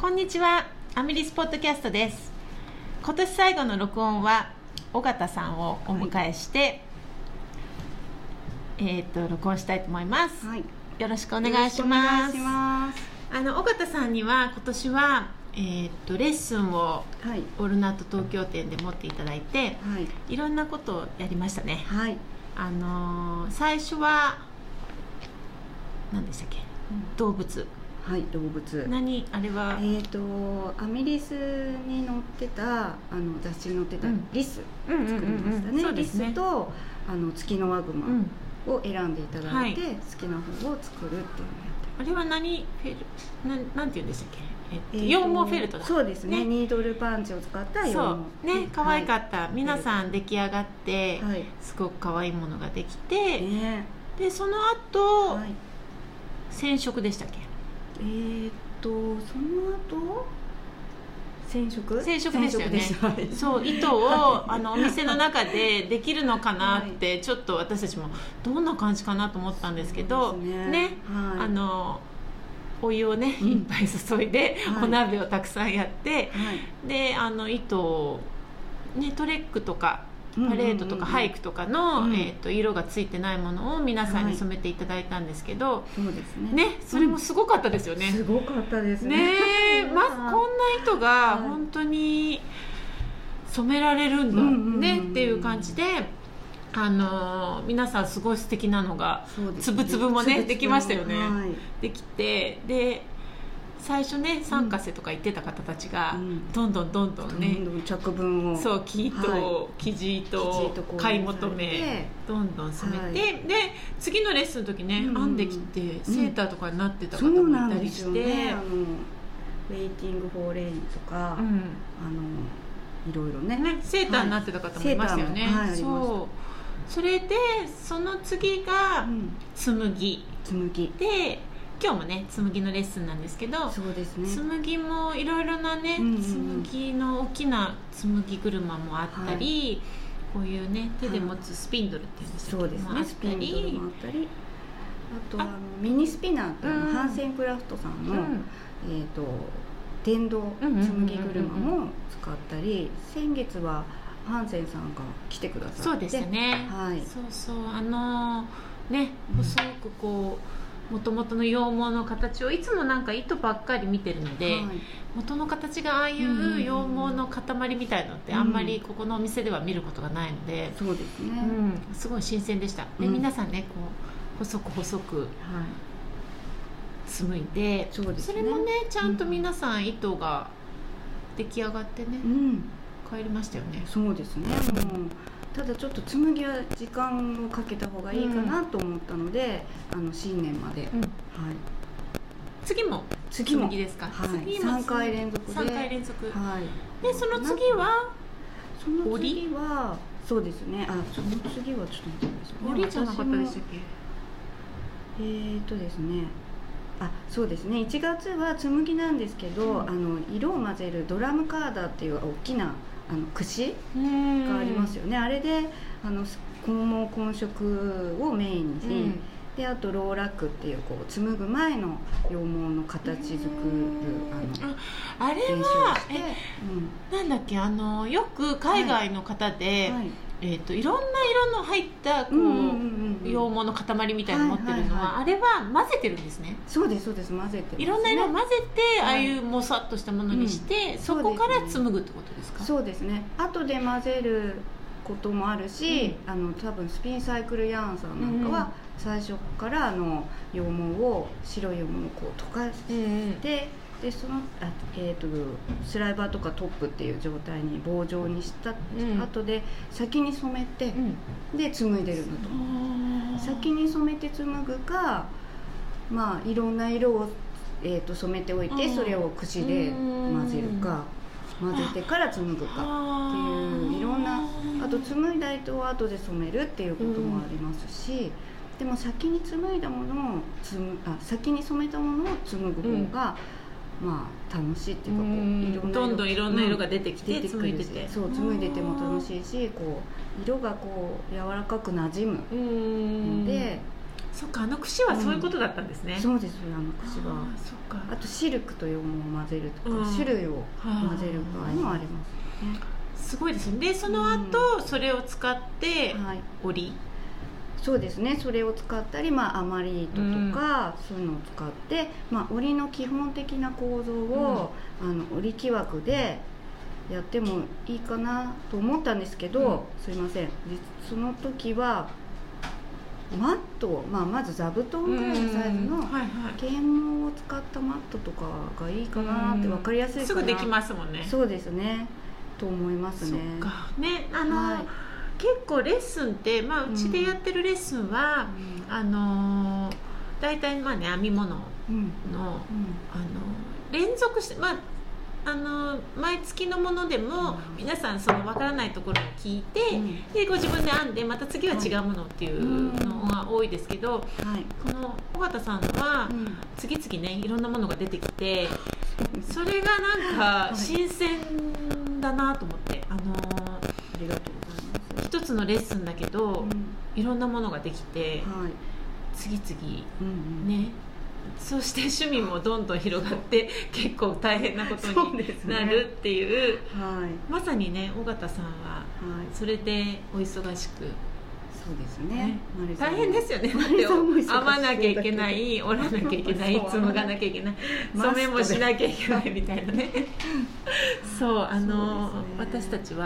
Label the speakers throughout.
Speaker 1: こんにちは、アミリスポッドキャストです。今年最後の録音は尾形さんをお迎えして、録音したいと思います、よろしくお願いします。尾形さんには今年は、レッスンをオルナート東京店で持っていただいて、いろんなことをやりましたね。最初は何でしたっけ、動物。
Speaker 2: 動物。
Speaker 1: あれは
Speaker 2: アミリスに載ってた雑誌に載ってたリス作りましたね。リスと月のワグマを選んでいただいて、好きな方を作るっていうのをやって。
Speaker 1: あれはなんて言うんでしたっけ、羊毛フェルトだ。
Speaker 2: そうですね、ニードルパンチを使った羊毛。
Speaker 1: そうね、可愛かった。皆さん出来上がって、すごく可愛いものができて、でその後、染色でしたっけ。
Speaker 2: その後染色
Speaker 1: でしたよね。そう、糸をお店の中でできるのかなって、ちょっと私たちもどんな感じかなと思ったんですけどね、お湯をねいっぱい注いで、お鍋をたくさんやって、で糸をね、トレックとかパレードとかハイクとかの、色がついてないものを皆さんに染めていただいたんですけど、
Speaker 2: そうですね。
Speaker 1: それもすごかったですよね。
Speaker 2: すごかったですね。
Speaker 1: まずこんな糸が本当に染められるんだねっていう感じで、皆さんすごい素敵なのがつぶつぶもねできましたよね。できて、で最初ねサンカセとか言ってた方たちがどんどんね
Speaker 2: 着分を、
Speaker 1: そう生地糸を買い求めどんどん染めて、で次のレッスンの時ね編んできてセーターとかになってた方もいたりして、ウェイ
Speaker 2: ティングフォーレインとかいろいろね
Speaker 1: セーターになってた方もいましたよね。それでその次が紬で、今日もね紬のレッスンなんですけど、紬もいろいろなね、紬の大きな紬車もあったり、こういうね手で持つスピンドルっていうんですけどもあったり、
Speaker 2: あとミニスピナーってハンセンクラフトさんの電動紬車も使ったり、先月はハンセンさんが来てくださって、
Speaker 1: そうですね、そうね、細くこう元々の羊毛の形をいつもなんか糸ばっかり見てるので、元の形がああいう羊毛の塊みたいのってあんまりここのお店では見ることがないので、
Speaker 2: そうですね、
Speaker 1: すごい新鮮でした。で皆さんねこう細く紡いで、それもねちゃんと皆さん糸が出来上がってね、帰りましたよね。
Speaker 2: そうですね。ただちょっと紬は時間をかけた方がいいかなと思ったので、新年まで、
Speaker 1: 次も紬ですか。
Speaker 2: 3回連続で。
Speaker 1: でその次は
Speaker 2: 折はそうですね。その次はちょっと待ってください。
Speaker 1: 折じゃなかったでしたっけ。
Speaker 2: ですね。そうですね。1月は紬なんですけど、色を混ぜるドラムカーダーっていう大きな櫛がありますよね。あれで混毛混色をメインに、であとローラックっていう紡ぐ前の羊毛の形作る
Speaker 1: あれはなんだっけ、よく海外の方でいろんな色の入った羊毛の塊みたいなの持ってるのは、あれは混ぜてるんですね。
Speaker 2: そうです混ぜて、
Speaker 1: いろんな色を混ぜてああいうもさっとしたものにして、そこから紡ぐってことですか。
Speaker 2: そうですね。後で混ぜることもあるし、多分スピンサイクルヤーンさんなんかは最初から羊毛を白い羊毛を溶かして、でそのスライバーとかトップっていう状態に棒状にした後で先に染めて、で紡いでるのと、先に染めて紡ぐか、いろんな色を染めておいて、それを櫛で混ぜるか、混ぜてから紡ぐかっていう、いろんな、あと紡いだ糸を後で染めるっていうこともありますし、でも先に紡いだものを先に染めたものを紡ぐ方が楽しいっていうか、
Speaker 1: どんどんいろんな色が出てきて紡いでて、
Speaker 2: 紡いでても楽しいし、色が柔らかくなじむので、
Speaker 1: そっか、櫛はそういうことだったんですね。
Speaker 2: そうですよ、櫛は。
Speaker 1: そっか。
Speaker 2: あとシルクと羊毛を混ぜるとか、種類を混ぜる場合もありますね。
Speaker 1: すごいですね。でその後、それを使って織り、
Speaker 2: そうですね、それを使ったり、アマリートとか、そういうのを使って、織りの基本的な構造を、織り木枠でやってもいいかなと思ったんですけど、すいません、その時はマット、まず座布団ぐらいのサイズの啓毛を使ったマットとかがいいかなって、分かりやすいかな、
Speaker 1: すぐできますもんね。
Speaker 2: そうですね、と思いますね。
Speaker 1: そっかね、結構レッスンって、うちでやってるレッスンは、大体編み物の、連続して、毎月のものでも、皆さんその分からないところを聞いて、でご自分で編んで、また次は違うものっていうのが多いですけど、この尾形さんは次々ね、いろんなものが出てきて、それがなんか新鮮だなと思って、
Speaker 2: ありがとうございます。
Speaker 1: 一つのレッスンだけど、いろんなものができて、次々ね、そして趣味もどんどん広がって結構大変なことになるっていう、まさにね、尾形さんはそれでお忙しく、
Speaker 2: そうですね、
Speaker 1: 大変ですよね。編まなきゃいけない、折らなきゃいけない、紡がなきゃいけない、染めもしなきゃいけないみたいなね。そう、私たち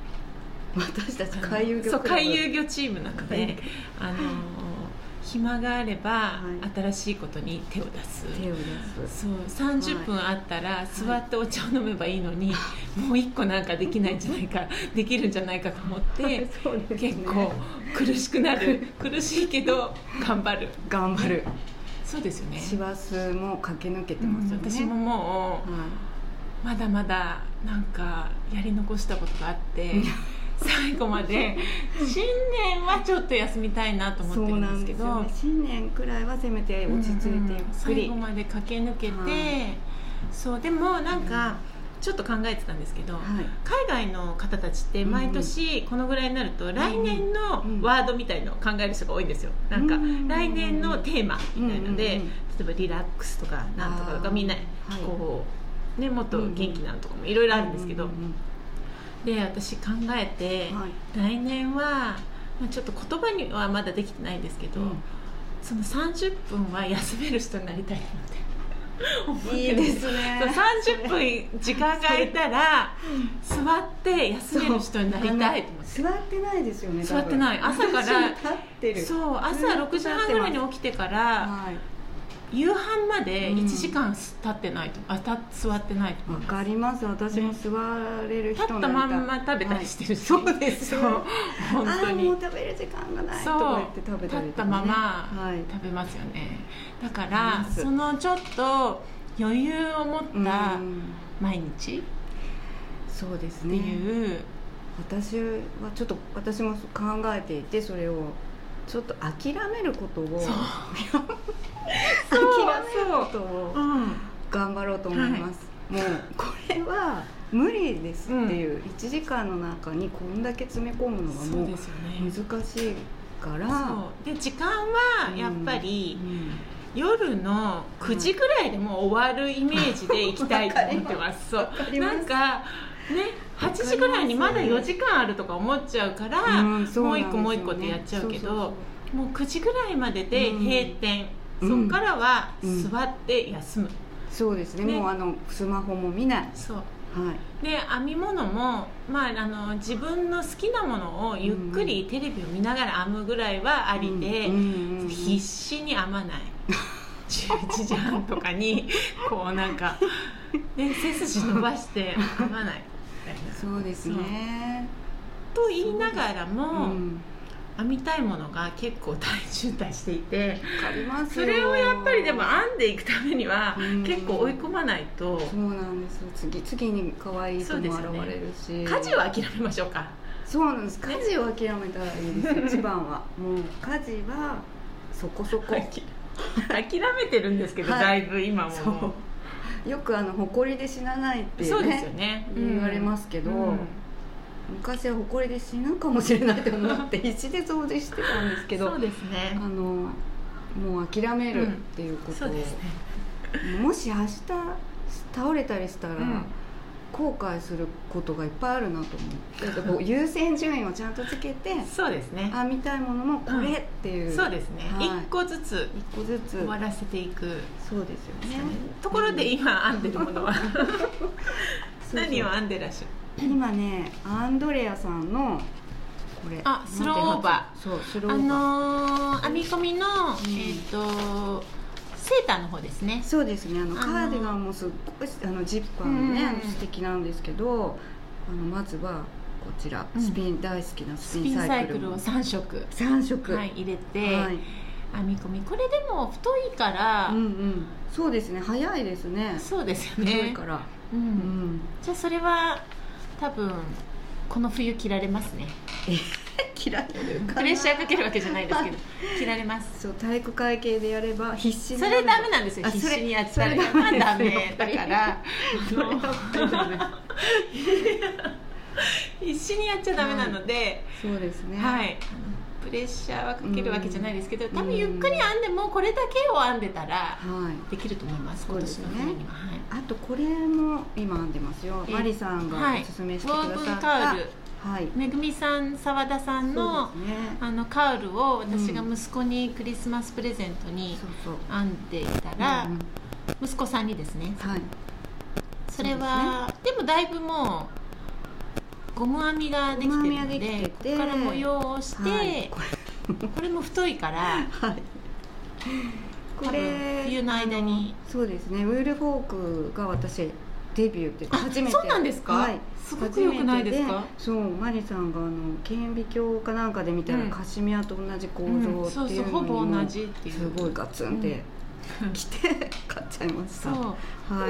Speaker 2: 回遊魚
Speaker 1: チームなので、暇があれば新しいことに手を出す。そう、30分あったら座ってお茶を飲めばいいのに、もう1個なんかできないんじゃないか、できるんじゃないかと思って、結構苦しくなる。苦しいけど頑張る。そうですよね。
Speaker 2: 師走も駆け抜けてますよね。
Speaker 1: 私ももうまだまだなんかやり残したことがあって、最後まで新年はちょっと休みたいなと思ってるんですけど、
Speaker 2: 新年くらいはせめて落ち着いてゆっくり
Speaker 1: 最後まで駆け抜けて、そう、でもなんかちょっと考えてたんですけど、海外の方たちって毎年このぐらいになると来年のワードみたいのを考える人が多いんですよ。なんか来年のテーマみたいので、例えばリラックスとかなんとかがみんなこうね、もっと元気なのとかもいろいろあるんですけど、で私考えて、来年は、ちょっと言葉にはまだできてないんですけど、その30分は休める人になりたいなって
Speaker 2: いいですね。
Speaker 1: 30分時間が空いたら座って休める人になりたいと思って。
Speaker 2: 座ってないですよね。
Speaker 1: 座ってない。朝から
Speaker 2: 立ってる。
Speaker 1: そう、朝6時半ぐらいに起きてから、夕飯まで1時間立ってないと、座ってないと。
Speaker 2: わかります。私も座れる人
Speaker 1: 立ったまんま食べたりしてるし、
Speaker 2: そうですよ。
Speaker 1: 本当に
Speaker 2: もう食べる時間がないとか言って食べたりとかね。
Speaker 1: 立ったまま食べますよね。だからそのちょっと余裕を持った毎日、
Speaker 2: そうですね。
Speaker 1: っていう、
Speaker 2: 私も考えていて、それをちょっと諦めることを頑張ろうと思います。もうこれは無理ですっていう、1時間の中にこんだけ詰め込むのがもう難しいから、
Speaker 1: で時間はやっぱり、夜の9時ぐらいでも終わるイメージで行きたいと思ってます。そう、なんかね、8時ぐらいにまだ4時間あるとか思っちゃうから、もう一個もう一個ってやっちゃうけど、もう9時ぐらいまでで閉店、そこからは座って休む。
Speaker 2: そうですね。もうスマホも見ない。
Speaker 1: そう。で編み物も、自分の好きなものをゆっくりテレビを見ながら編むぐらいはありで、必死に編まない。11時半とかにこうなんか、ね、背筋伸ばして編まないみたいな。
Speaker 2: そうですね。
Speaker 1: と言いながらも、編みたいものが結構大渋滞していて、それをやっぱりでも編んでいくためには結構追い込まないと。
Speaker 2: そうなんですよ。次に可愛い人も現れるし、
Speaker 1: 家事は諦めましょうか。
Speaker 2: そうなんです。家事を諦めたらいいです。一番はもう家事はそこそこ
Speaker 1: 諦めてるんですけど、だいぶ今も
Speaker 2: よくほこりで死なないって
Speaker 1: そうですよね、
Speaker 2: 言われますけど、昔はほこりで死ぬかもしれないと思って必死で掃除してたんですけど、
Speaker 1: そうですね、
Speaker 2: もう諦めるっていうことを、
Speaker 1: そうですね、
Speaker 2: もし明日倒れたりしたら、後悔することがいっぱいあるなと思って、優先順位をちゃんとつけて、
Speaker 1: そうですね、
Speaker 2: 編みたいものもこれっていう、
Speaker 1: そうですね、一個ずつ終わらせていく。
Speaker 2: そうですよね。
Speaker 1: ところで今編んでるものは何を編んでらっしゃる？
Speaker 2: 今ね、アンドレアさんのこれ、
Speaker 1: スローオーバー、
Speaker 2: そう、スローオーバー、
Speaker 1: 編み込みの、セーターの方ですね。
Speaker 2: そうですね、カーディガンもすっごいジッパーのね、素敵なんですけど、まずはこちら、大好きなスピンサイクルを
Speaker 1: 3色、はい、入れて、編み込み、これでも太いから、
Speaker 2: そうですね、早いですね。
Speaker 1: そうですよね、
Speaker 2: 太いから、
Speaker 1: じゃあそれは多分この冬着られますね。
Speaker 2: 着られるかな。
Speaker 1: プレッシャーかけるわけじゃないですけど着られます。
Speaker 2: そう、体育会系でやれば必死に
Speaker 1: それダメなんですよ。必死にやったらダメだから必死にやっちゃダメなので、
Speaker 2: そうですね、
Speaker 1: はい、プレッシャーはかけるわけじゃないですけど、多分ゆっくり編んでもこれだけを編んでたらできると思います、今年の冬には。
Speaker 2: あとこれも今編んでますよ。マリさんがおすすめしてくださった
Speaker 1: ウォーブンカウル、めぐみさん、澤田さんのカウルを私が息子にクリスマスプレゼントに編んでいたら、息子さんにですね、それはでもだいぶもうゴム編みができてるので、ここから模様をして、これも太いからこれ冬の間に、
Speaker 2: そうですね、ウールフォークが私デビューって初めて。
Speaker 1: そうなんですか？すごく良くないですか？
Speaker 2: そう、マリさんが顕微鏡かなんかで見たらカシミヤと同じ構造っていうのにも、
Speaker 1: ほぼ同じっていう、
Speaker 2: すごいガツンって来て買っちゃいました。
Speaker 1: そう、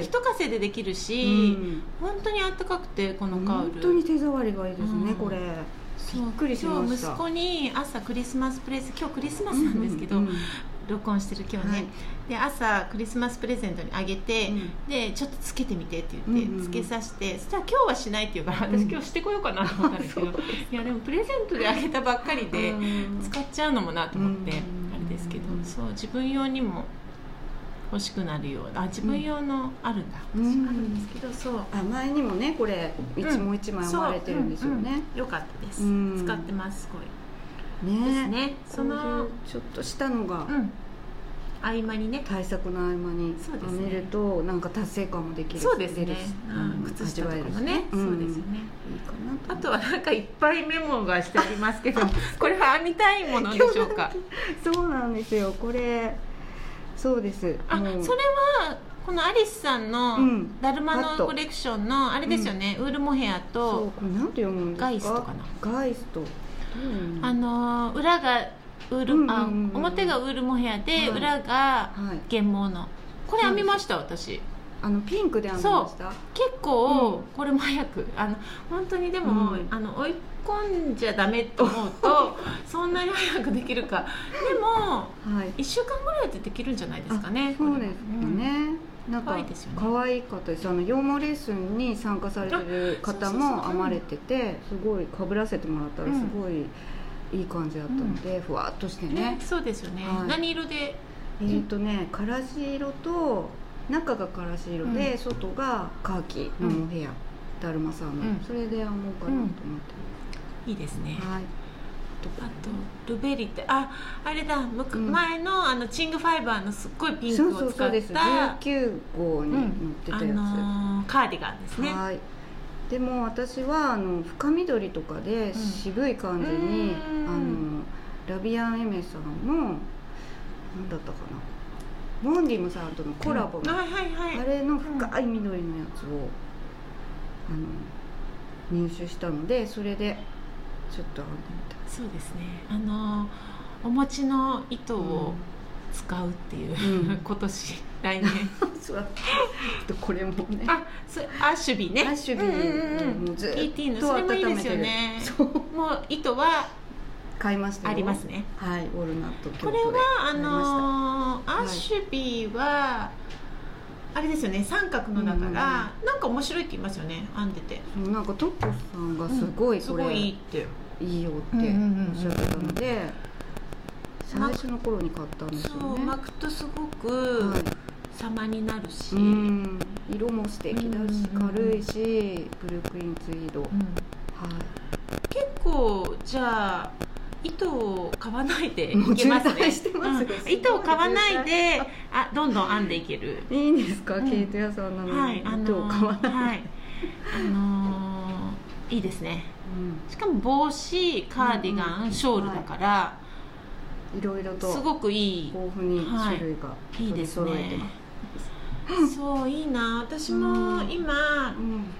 Speaker 1: 一稼でできるし、本当にあったかくて、このカウル
Speaker 2: 本当に手触りがいいですね、これ。びっくりしました。
Speaker 1: 今日息子に朝クリスマスプレゼント、今日クリスマスなんですけど、録音してる今日ね、で朝クリスマスプレゼントにあげて、でちょっとつけてみてって言ってつけさせて、そしたら今日はしないって言うから、私今日してこようかなと思ったんですけど、いやでもプレゼントであげたばっかりで使っちゃうのもなと思って、あれですけど、そう自分用にも欲しくなるような、自分用のあるんだ、あるんですけど、そう
Speaker 2: 前にもねこれもう一枚編まれてるんですよね。
Speaker 1: よかったです、使ってます、すごい
Speaker 2: ね。そのちょっとしたのが
Speaker 1: 合間にね、
Speaker 2: 対策の合間に編めるとなんか達成感もできるし、
Speaker 1: そうですね、靴下とかもね、そうですよね、いいかな。あとはなんかいっぱいメモがしてありますけどこれは編みたいものでしょうか？
Speaker 2: そうなんですよ、これそうです。それ
Speaker 1: はこのアリスさんのだるまのコレクションのあれですよね、ウールモヘアと、
Speaker 2: これなんて読むんですか？
Speaker 1: ガイストかな、
Speaker 2: ガイスト、
Speaker 1: 裏がウール、表がウールモヘアで、裏が原毛の、これ編みました私。
Speaker 2: ピンクで編みました。
Speaker 1: 結構これも早く、本当にでも、追い込んじゃダメと思うとそんなに早くできるか、でも、1週間ぐらいでできるんじゃないですかね。
Speaker 2: そうですね、なんか可愛かったです。羊毛レッスンに参加されてる方も編まれてて、すごいかぶらせてもらったらすごいいい感じだったので、ふわっとしてね。
Speaker 1: そうですよね。何色で？
Speaker 2: からし色と、中がからし色で外がカーキのモヘア、だるまさんの、それで編もうかなと思ってます。
Speaker 1: いいですね。あとルベリテ、あれだ、前のチングファイバーのすっごいピンクを使った
Speaker 2: 19号に載ってたやつ、
Speaker 1: カーディガンですね。
Speaker 2: でも私は深緑とかで渋い感じに、ラビアンエメさんの何だったかな、モンディムさんとのコラボの、あれの深い緑のやつを入手したので、それでちょっと編んでみた。
Speaker 1: そうですね、お持ちの糸を使うっていう、今年来年
Speaker 2: これもね、
Speaker 1: アッシュビーね、
Speaker 2: アッシュビー
Speaker 1: もうずっと PT の、それもいいですよね。もう糸は
Speaker 2: 買いましたよ。
Speaker 1: ありますね。
Speaker 2: ウォルナット。
Speaker 1: これはアッシュビーはあれですよね、三角のだから、なんか面白いって言いますよね、編んでて。
Speaker 2: なんかトップさんがすごいこれいいよっておっしゃってたので、最初私の頃に買ったんですよね。
Speaker 1: そう巻くとすごく様になるし、
Speaker 2: 色も素敵だし、軽いし、ブルックリンツイード、
Speaker 1: 結構じゃあ糸を買わないでいけますね。糸を買わないでどんどん編んでいける。
Speaker 2: いいんですか、毛糸屋さんなのに糸を買わない。
Speaker 1: いいですね。しかも帽子、カーディガン、ショールだから
Speaker 2: いろいろと
Speaker 1: すごくいい、
Speaker 2: 豊富に種類が
Speaker 1: いいですね。そういいな。私も今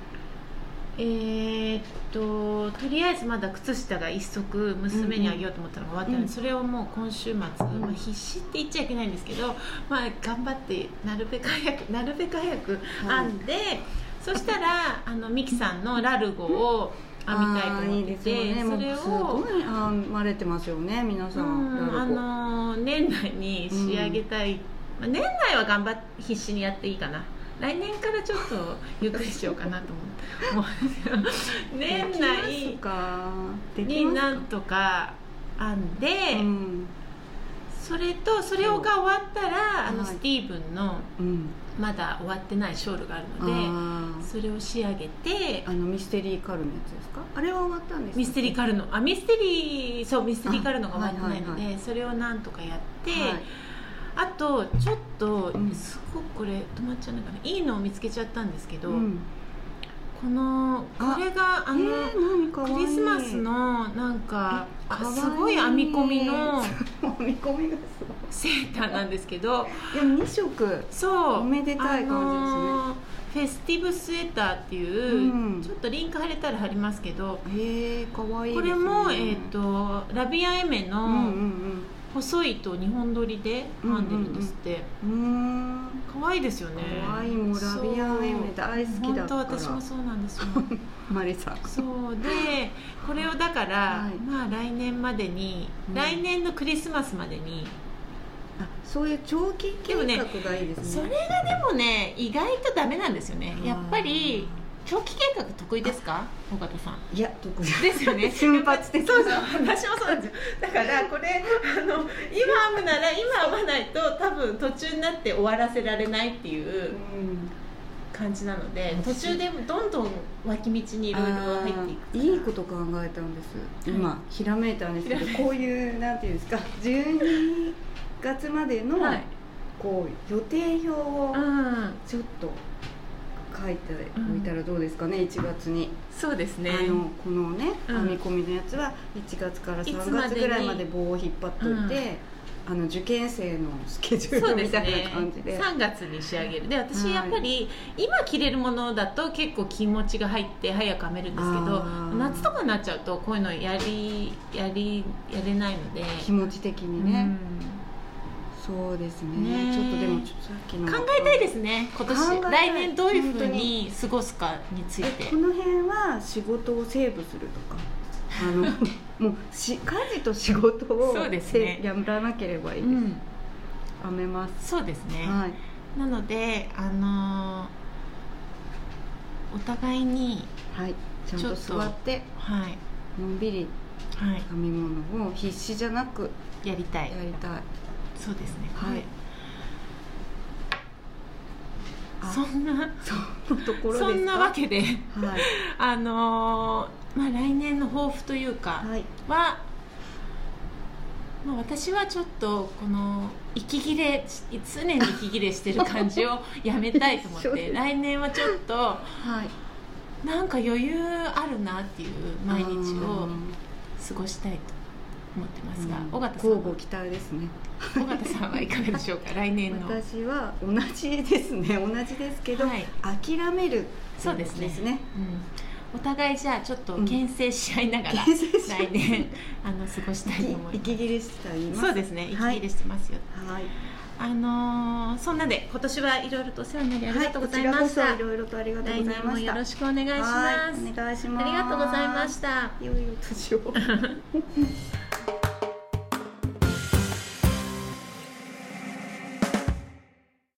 Speaker 1: とりあえずまだ靴下が1足娘にあげようと思ったのが終わってるので、それをもう今週末、必死って言っちゃいけないんですけど、頑張ってなるべく早く編んで、そしたらミキさんのラルゴを編みたいと思ってて、それをすごい
Speaker 2: 編まれてますよね皆さん。
Speaker 1: 年内に仕上げたい。年内は必死にやっていいかな。来年からちょっとゆっくりしようかなと思うんですよ。年内になんとか編んで、それが終わったらスティーブンのまだ終わってないショールがあるので、それを仕上げて、
Speaker 2: ミステリーカルのやつですか？あれは終わったんですか？
Speaker 1: ミステリーカルのミステリーカルのが終わってないので、それをなんとかやって、あとちょっとすごくこれ止まっちゃうのかな、いいのを見つけちゃったんですけど、これがクリスマスのなんかすごい編み込みのセーターなんですけど、
Speaker 2: 2色おめでたい感
Speaker 1: じですね。フェスティブスウェーターっていう、ちょっとリンク貼れたら貼りますけど、
Speaker 2: かわいい
Speaker 1: これもラビアエメの細い糸2本取りで編んでるんですって。可愛いですよね。
Speaker 2: 可愛い、もうラビアエメ大好きだったから。
Speaker 1: 本当私もそうなんですよ。
Speaker 2: マリさん。
Speaker 1: そうで、これをだから来年までに、来年のクリスマスまでに、
Speaker 2: そういう長期計画がいいですね。
Speaker 1: それがでもね、意外とダメなんですよね。やっぱり長期計画得意ですか、尾形さん？
Speaker 2: いや、得意
Speaker 1: ですよね。
Speaker 2: 瞬発的。
Speaker 1: そうそう、私もそうなんですよ。だからこれ今編むなら今編まないと多分途中になって終わらせられないっていう感じなので、途中でどんどん脇道にいろいろ入っていく。
Speaker 2: いいこと考えたんです。今ひらめいたんですけど、こういうなんていうんですか、12月までのこう予定表をちょっと書いておいたらどうですかね、1月に。
Speaker 1: そうですね。
Speaker 2: このね、編み込みのやつは1月から3月ぐらいまで棒を引っ張っといて、受験生のスケジュールみたいな感じで
Speaker 1: 3月に仕上げる。で、私やっぱり今着れるものだと結構気持ちが入って早く編めるんですけど、夏とかになっちゃうとこういうのやれないので、
Speaker 2: 気持ち的にね。そうですね。ちょっとでもさっきの
Speaker 1: 考えたいですね。今年来年どういうふうに過ごすかについて。
Speaker 2: この辺は仕事をセーブするとか、もう家事と仕事をやらなければいいです。編めます。
Speaker 1: そうですね。なのでお互いに
Speaker 2: ちゃんと座ってのんびり編み物を必死じゃなく
Speaker 1: やりたい。そうですね。そんな
Speaker 2: ところですか。
Speaker 1: そんなわけで、来年の抱負というかは、私はちょっとこの常に息切れしてる感じをやめたいと思って来年はちょっとなんか余裕あるなっていう毎日を過ごしたいと思ってますが、尾形さん、
Speaker 2: 交互期待ですね。
Speaker 1: 尾形さんはいかがでしょうか。来年の
Speaker 2: 私は同じですね。同じですけど、諦める。
Speaker 1: そうですね。お互いじゃあちょっと牽制し合いながら来年過ごしたいと思います。
Speaker 2: 息切れしています。
Speaker 1: そうですね。息切れしてますよ。そんなで今年はいろいろとお世話になりありがとうございました。
Speaker 2: いろいろとありがとうございました。
Speaker 1: 来年もよろしくお願いします。
Speaker 2: お願いします。
Speaker 1: ありがとうございました。
Speaker 2: 良いお年を。